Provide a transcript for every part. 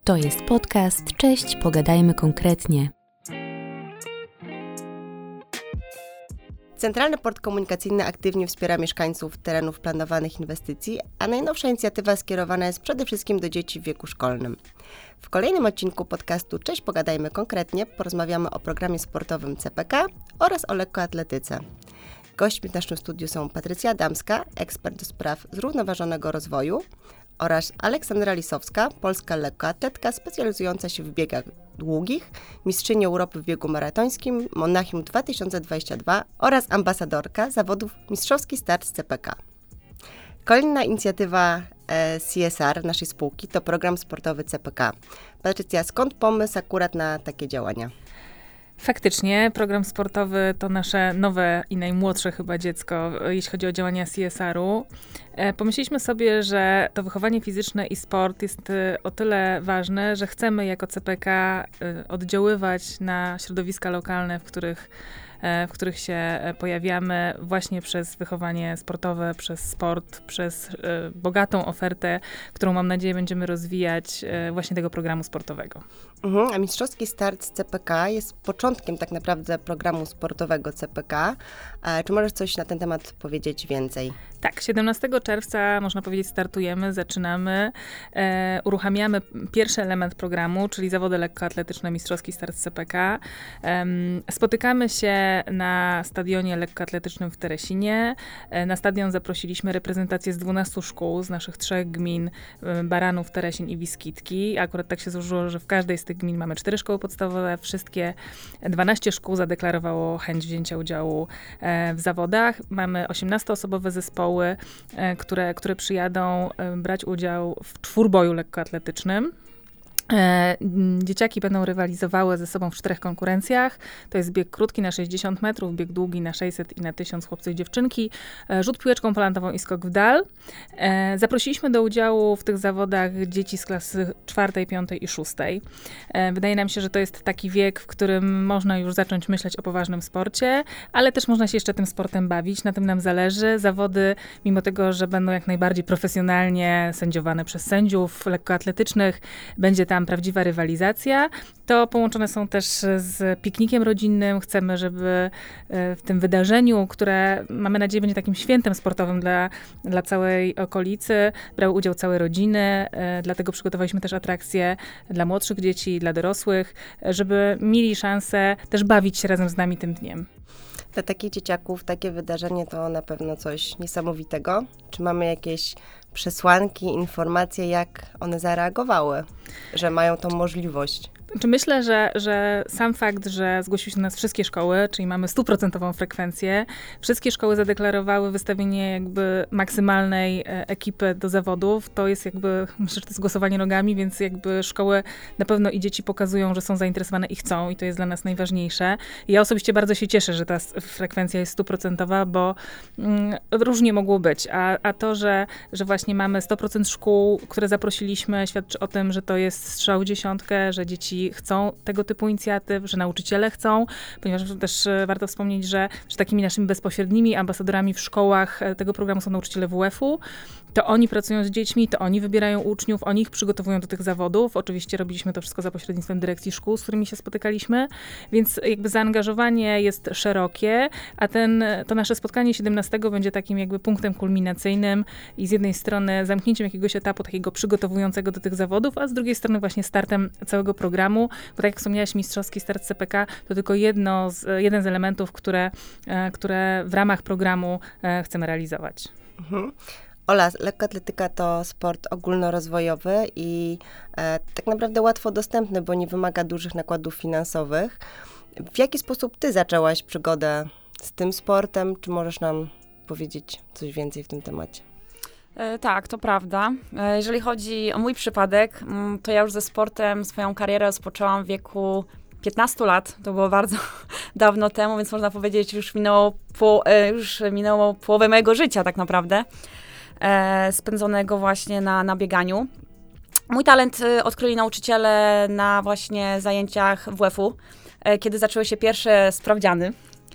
To jest podcast Cześć, pogadajmy konkretnie. Centralny Port Komunikacyjny aktywnie wspiera mieszkańców terenów planowanych inwestycji, a najnowsza inicjatywa skierowana jest przede wszystkim do dzieci w wieku szkolnym. W kolejnym odcinku podcastu Cześć, pogadajmy konkretnie porozmawiamy o programie sportowym CPK oraz o lekkoatletyce. Gośćmi w naszym studiu są Patrycja Adamska, ekspert do spraw zrównoważonego rozwoju, oraz Aleksandra Lisowska, polska lekkoatletka specjalizująca się w biegach długich, mistrzyni Europy w biegu maratońskim Monachium 2022 oraz ambasadorka zawodów Mistrzowski Start z CPK. Kolejna inicjatywa CSR naszej spółki to program sportowy CPK. Patrycja, skąd pomysł akurat na takie działania? Faktycznie, program sportowy to nasze nowe i najmłodsze chyba dziecko, jeśli chodzi o działania CSR-u. Pomyśleliśmy sobie, że to wychowanie fizyczne i sport jest o tyle ważne, że chcemy jako CPK oddziaływać na środowiska lokalne, w których się pojawiamy właśnie przez wychowanie sportowe, przez sport, przez bogatą ofertę, którą mam nadzieję będziemy rozwijać właśnie tego programu sportowego. A Mistrzowski Start z CPK jest początkiem tak naprawdę programu sportowego CPK. Czy możesz coś na ten temat powiedzieć więcej? Tak, 17 czerwca, można powiedzieć, startujemy, zaczynamy, uruchamiamy pierwszy element programu, czyli zawody lekkoatletyczne Mistrzowski Start z CPK. Spotykamy się na stadionie lekkoatletycznym w Teresinie. Na stadion zaprosiliśmy reprezentację z 12 szkół, z naszych 3 gmin, Baranów, Teresin i Wiskitki. Akurat tak się złożyło, że w każdej z tych gmin mamy 4 szkoły podstawowe. Wszystkie 12 szkół zadeklarowało chęć wzięcia udziału w zawodach. Mamy 18-osobowe zespoły, które przyjadą brać udział w czwórboju lekkoatletycznym. Dzieciaki będą rywalizowały ze sobą w 4 konkurencjach. To jest bieg krótki na 60 metrów, bieg długi na 600 i na 1000 chłopcy i dziewczynki, rzut piłeczką polantową i skok w dal. Zaprosiliśmy do udziału w tych zawodach dzieci z klasy 4., 5. i 6. Wydaje nam się, że to jest taki wiek, w którym można już zacząć myśleć o poważnym sporcie, ale też można się jeszcze tym sportem bawić. Na tym nam zależy. Zawody, mimo tego, że będą jak najbardziej profesjonalnie sędziowane przez sędziów lekkoatletycznych, będzie tam prawdziwa rywalizacja, to połączone są też z piknikiem rodzinnym. Chcemy, żeby w tym wydarzeniu, które mamy nadzieję będzie takim świętem sportowym dla całej okolicy, brały udział całe rodziny. Dlatego przygotowaliśmy też atrakcje dla młodszych dzieci, dla dorosłych, żeby mieli szansę też bawić się razem z nami tym dniem. Dla takich dzieciaków takie wydarzenie to na pewno coś niesamowitego. Czy mamy jakieś przesłanki, informacje, jak one zareagowały, że mają tą możliwość? Myślę, że sam fakt, że zgłosiły się do nas wszystkie szkoły, czyli mamy 100% frekwencję, wszystkie szkoły zadeklarowały wystawienie jakby maksymalnej ekipy do zawodów, to jest jakby, myślę, że to jest głosowanie nogami, więc jakby szkoły na pewno i dzieci pokazują, że są zainteresowane i chcą i to jest dla nas najważniejsze. Ja osobiście bardzo się cieszę, że ta frekwencja jest 100%, bo różnie mogło być, a to, że właśnie mamy 100% szkół, które zaprosiliśmy, świadczy o tym, że to jest strzał w dziesiątkę, że dzieci chcą tego typu inicjatyw, że nauczyciele chcą, ponieważ też warto wspomnieć, że takimi naszymi bezpośrednimi ambasadorami w szkołach tego programu są nauczyciele WF-u. To oni pracują z dziećmi, to oni wybierają uczniów, oni ich przygotowują do tych zawodów. Oczywiście robiliśmy to wszystko za pośrednictwem dyrekcji szkół, z którymi się spotykaliśmy, więc jakby zaangażowanie jest szerokie, a to nasze spotkanie 17 będzie takim jakby punktem kulminacyjnym i z jednej strony zamknięciem jakiegoś etapu takiego przygotowującego do tych zawodów, a z drugiej strony właśnie startem całego programu, bo tak jak wspomniałaś, Mistrzowski Start CPK to tylko jeden z elementów, które w ramach programu chcemy realizować. Ola, lekkoatletyka to sport ogólnorozwojowy i tak naprawdę łatwo dostępny, bo nie wymaga dużych nakładów finansowych. W jaki sposób ty zaczęłaś przygodę z tym sportem? Czy możesz nam powiedzieć coś więcej w tym temacie? Tak, to prawda. Jeżeli chodzi o mój przypadek, to ja już ze sportem swoją karierę rozpoczęłam w wieku 15 lat. To było bardzo dawno temu, więc można powiedzieć, już minęło połowę mojego życia tak naprawdę, spędzonego właśnie na bieganiu. Mój talent odkryli nauczyciele na właśnie zajęciach WF-u, kiedy zaczęły się pierwsze sprawdziany.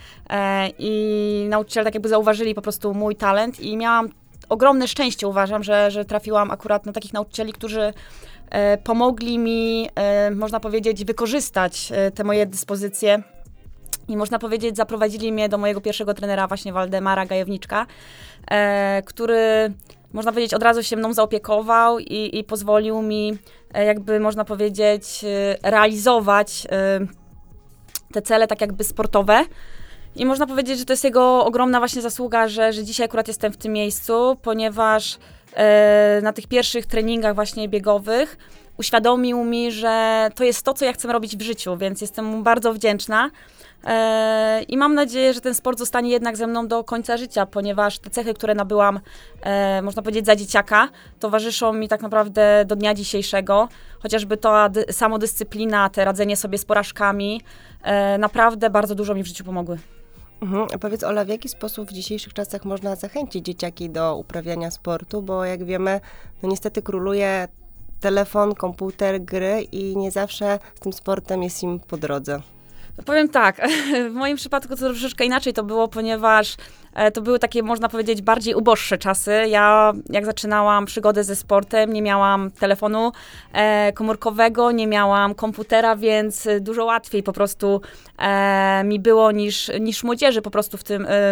I nauczyciele tak jakby zauważyli po prostu mój talent i miałam ogromne szczęście, uważam, że trafiłam akurat na takich nauczycieli, którzy pomogli mi, można powiedzieć, wykorzystać te moje dyspozycje i można powiedzieć, zaprowadzili mnie do mojego pierwszego trenera, właśnie Waldemara Gajowniczka, który, można powiedzieć, od razu się mną zaopiekował i pozwolił mi, jakby można powiedzieć, realizować te cele tak jakby sportowe. I można powiedzieć, że to jest jego ogromna właśnie zasługa, że dzisiaj akurat jestem w tym miejscu, ponieważ na tych pierwszych treningach właśnie biegowych uświadomił mi, że to jest to, co ja chcę robić w życiu, więc jestem mu bardzo wdzięczna. I mam nadzieję, że ten sport zostanie jednak ze mną do końca życia, ponieważ te cechy, które nabyłam, można powiedzieć, za dzieciaka, towarzyszą mi tak naprawdę do dnia dzisiejszego. Chociażby ta samodyscyplina, te radzenie sobie z porażkami, naprawdę bardzo dużo mi w życiu pomogły. A powiedz, Ola, w jaki sposób w dzisiejszych czasach można zachęcić dzieciaki do uprawiania sportu, bo jak wiemy, no niestety króluje telefon, komputer, gry i nie zawsze z tym sportem jest im po drodze. Powiem tak, w moim przypadku to troszeczkę inaczej to było, ponieważ to były takie, można powiedzieć, bardziej uboższe czasy. Ja, jak zaczynałam przygodę ze sportem, nie miałam telefonu komórkowego, nie miałam komputera, więc dużo łatwiej po prostu mi było niż młodzieży po prostu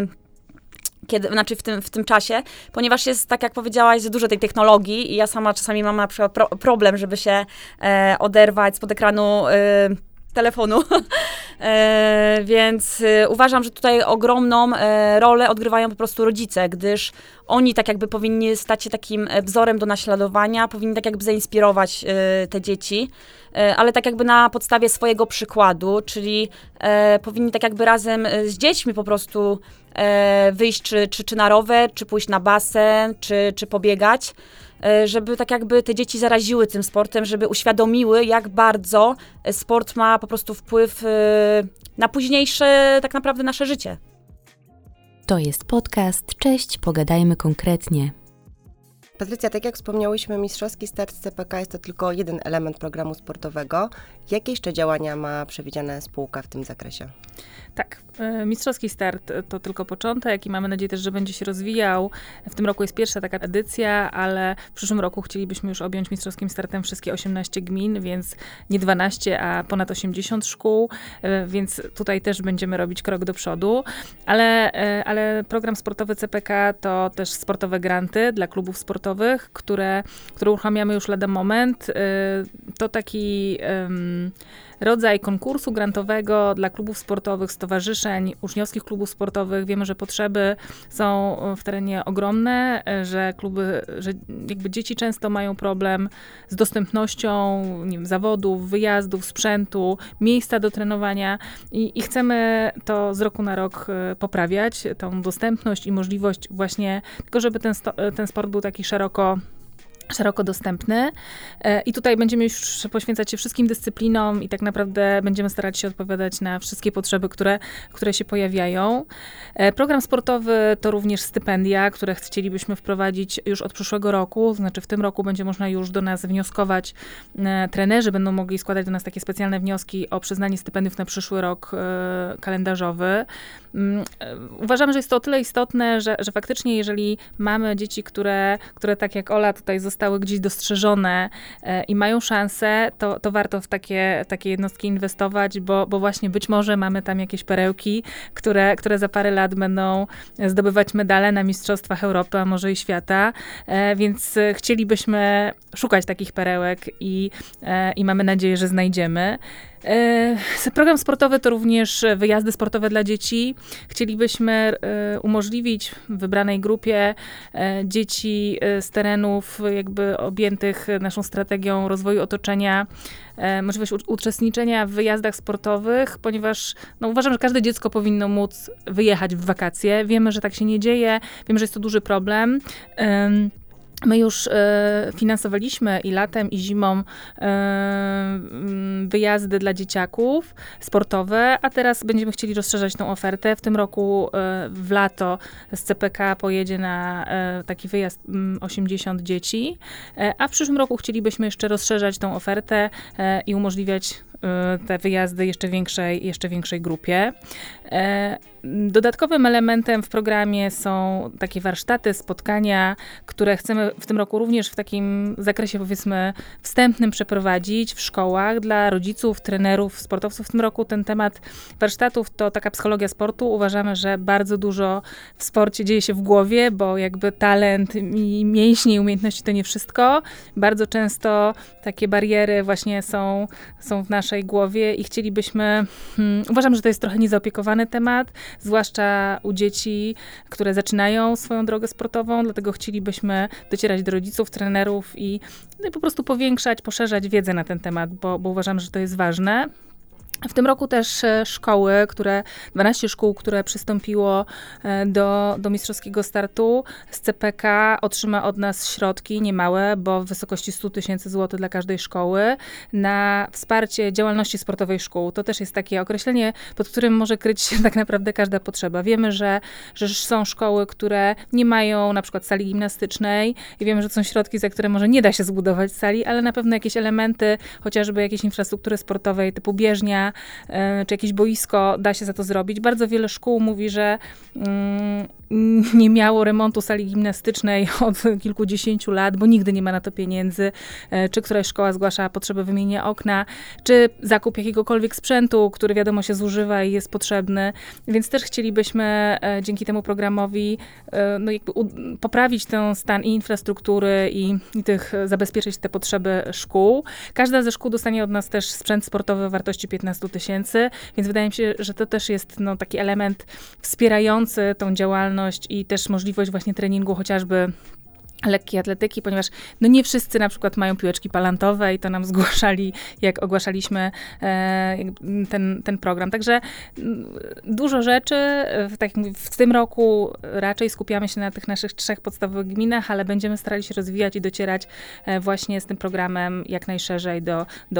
w tym czasie, ponieważ jest, tak jak powiedziałaś, dużo tej technologii i ja sama czasami mam na przykład problem, żeby się oderwać spod ekranu telefonu, więc uważam, że tutaj ogromną rolę odgrywają po prostu rodzice, gdyż oni tak jakby powinni stać się takim wzorem do naśladowania, powinni tak jakby zainspirować te dzieci, ale tak jakby na podstawie swojego przykładu, czyli powinni tak jakby razem z dziećmi po prostu wyjść czy na rower, czy pójść na basen, czy pobiegać, żeby tak jakby te dzieci zaraziły tym sportem, żeby uświadomiły, jak bardzo sport ma po prostu wpływ na późniejsze tak naprawdę nasze życie. To jest podcast Cześć, pogadajmy konkretnie. Patrycja, tak jak wspomniałyśmy, mistrzowski start z CPK jest to tylko jeden element programu sportowego. Jakie jeszcze działania ma przewidziane spółka w tym zakresie? Tak, mistrzowski start to tylko początek i mamy nadzieję też, że będzie się rozwijał. W tym roku jest pierwsza taka edycja, ale w przyszłym roku chcielibyśmy już objąć mistrzowskim startem wszystkie 18 gmin, więc nie 12, a ponad 80 szkół, więc tutaj też będziemy robić krok do przodu. Ale program sportowy CPK to też sportowe granty dla klubów sportowych, które uruchamiamy już lada moment. To taki rodzaj konkursu grantowego dla klubów sportowych, stowarzyszeń, uczniowskich klubów sportowych. Wiemy, że potrzeby są w terenie ogromne, że jakby dzieci często mają problem z dostępnością, nie wiem, zawodów, wyjazdów, sprzętu, miejsca do trenowania i chcemy to z roku na rok poprawiać, tą dostępność i możliwość właśnie tylko, żeby ten sport był taki szeroko dostępny i tutaj będziemy już poświęcać się wszystkim dyscyplinom i tak naprawdę będziemy starać się odpowiadać na wszystkie potrzeby, które się pojawiają. Program sportowy to również stypendia, które chcielibyśmy wprowadzić już od przyszłego roku, to znaczy w tym roku będzie można już do nas wnioskować, trenerzy będą mogli składać do nas takie specjalne wnioski o przyznanie stypendiów na przyszły rok kalendarzowy. Uważamy, że jest to o tyle istotne, że faktycznie jeżeli mamy dzieci, które tak jak Ola tutaj zostały gdzieś dostrzeżone i mają szansę, to warto w takie jednostki inwestować, bo właśnie być może mamy tam jakieś perełki, które za parę lat będą zdobywać medale na mistrzostwach Europy, a może i świata, więc chcielibyśmy szukać takich perełek i mamy nadzieję, że znajdziemy. Program sportowy to również wyjazdy sportowe dla dzieci. Chcielibyśmy umożliwić wybranej grupie dzieci z terenów jakby objętych naszą strategią rozwoju otoczenia możliwość uczestniczenia w wyjazdach sportowych, ponieważ uważam, że każde dziecko powinno móc wyjechać w wakacje. Wiemy, że tak się nie dzieje, wiemy, że jest to duży problem. My już finansowaliśmy i latem, i zimą wyjazdy dla dzieciaków sportowe, a teraz będziemy chcieli rozszerzać tą ofertę. W tym roku w lato z CPK pojedzie na taki wyjazd 80 dzieci, a w przyszłym roku chcielibyśmy jeszcze rozszerzać tą ofertę i umożliwiać te wyjazdy jeszcze większej grupie. Dodatkowym elementem w programie są takie warsztaty, spotkania, które chcemy w tym roku również w takim zakresie, powiedzmy, wstępnym przeprowadzić w szkołach dla rodziców, trenerów, sportowców. W tym roku ten temat warsztatów to taka psychologia sportu. Uważamy, że bardzo dużo w sporcie dzieje się w głowie, bo jakby talent i mięśnie i umiejętności to nie wszystko. Bardzo często takie bariery właśnie są w naszej głowie i chcielibyśmy, uważam, że to jest trochę niezaopiekowany temat, zwłaszcza u dzieci, które zaczynają swoją drogę sportową, dlatego chcielibyśmy docierać do rodziców, trenerów i po prostu powiększać, poszerzać wiedzę na ten temat, bo uważam, że to jest ważne. W tym roku też szkoły, 12 szkół, które przystąpiło do mistrzowskiego startu z CPK, otrzyma od nas środki niemałe, bo w wysokości 100 000 złotych dla każdej szkoły na wsparcie działalności sportowej szkół. To też jest takie określenie, pod którym może kryć się tak naprawdę każda potrzeba. Wiemy, że są szkoły, które nie mają na przykład sali gimnastycznej i wiemy, że są środki, za które może nie da się zbudować sali, ale na pewno jakieś elementy, chociażby jakiejś infrastruktury sportowej typu bieżnia, czy jakieś boisko, da się za to zrobić. Bardzo wiele szkół mówi, że nie miało remontu sali gimnastycznej od kilkudziesięciu lat, bo nigdy nie ma na to pieniędzy, czy któraś szkoła zgłasza potrzebę wymienienia okna, czy zakup jakiegokolwiek sprzętu, który wiadomo się zużywa i jest potrzebny. Więc też chcielibyśmy dzięki temu programowi jakby poprawić ten stan i infrastruktury i zabezpieczyć te potrzeby szkół. Każda ze szkół dostanie od nas też sprzęt sportowy o wartości 15 000, więc wydaje mi się, że to też jest taki element wspierający tą działalność i też możliwość właśnie treningu chociażby lekkiej atletyki, ponieważ nie wszyscy na przykład mają piłeczki palantowe i to nam zgłaszali, jak ogłaszaliśmy ten program. Także dużo rzeczy. W tym roku raczej skupiamy się na tych naszych 3 podstawowych gminach, ale będziemy starali się rozwijać i docierać właśnie z tym programem jak najszerzej do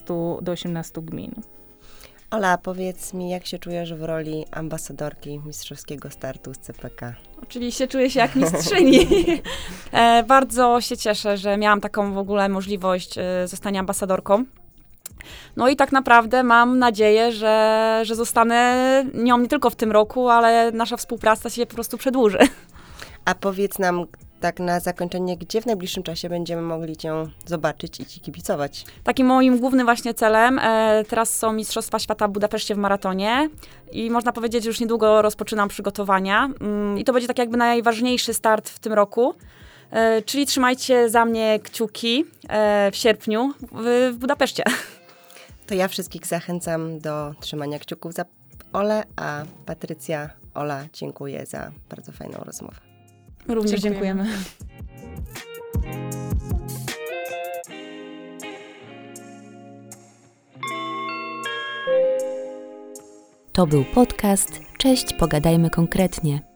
18 gmin. Ola, powiedz mi, jak się czujesz w roli ambasadorki mistrzowskiego startu z CPK? Oczywiście czuję się jak mistrzyni. Bardzo się cieszę, że miałam taką w ogóle możliwość zostania ambasadorką. No i tak naprawdę mam nadzieję, że zostanę nią nie tylko w tym roku, ale nasza współpraca się po prostu przedłuży. A powiedz nam, tak na zakończenie, gdzie w najbliższym czasie będziemy mogli Cię zobaczyć i Ci kibicować? Takim moim głównym właśnie celem teraz są Mistrzostwa Świata w Budapeszcie w maratonie i można powiedzieć, że już niedługo rozpoczynam przygotowania i to będzie tak jakby najważniejszy start w tym roku, czyli trzymajcie za mnie kciuki w sierpniu w Budapeszcie. To ja wszystkich zachęcam do trzymania kciuków za Olę, a Patrycja, Ola, dziękuję za bardzo fajną rozmowę. Również dziękujemy. To był podcast Cześć, pogadajmy konkretnie.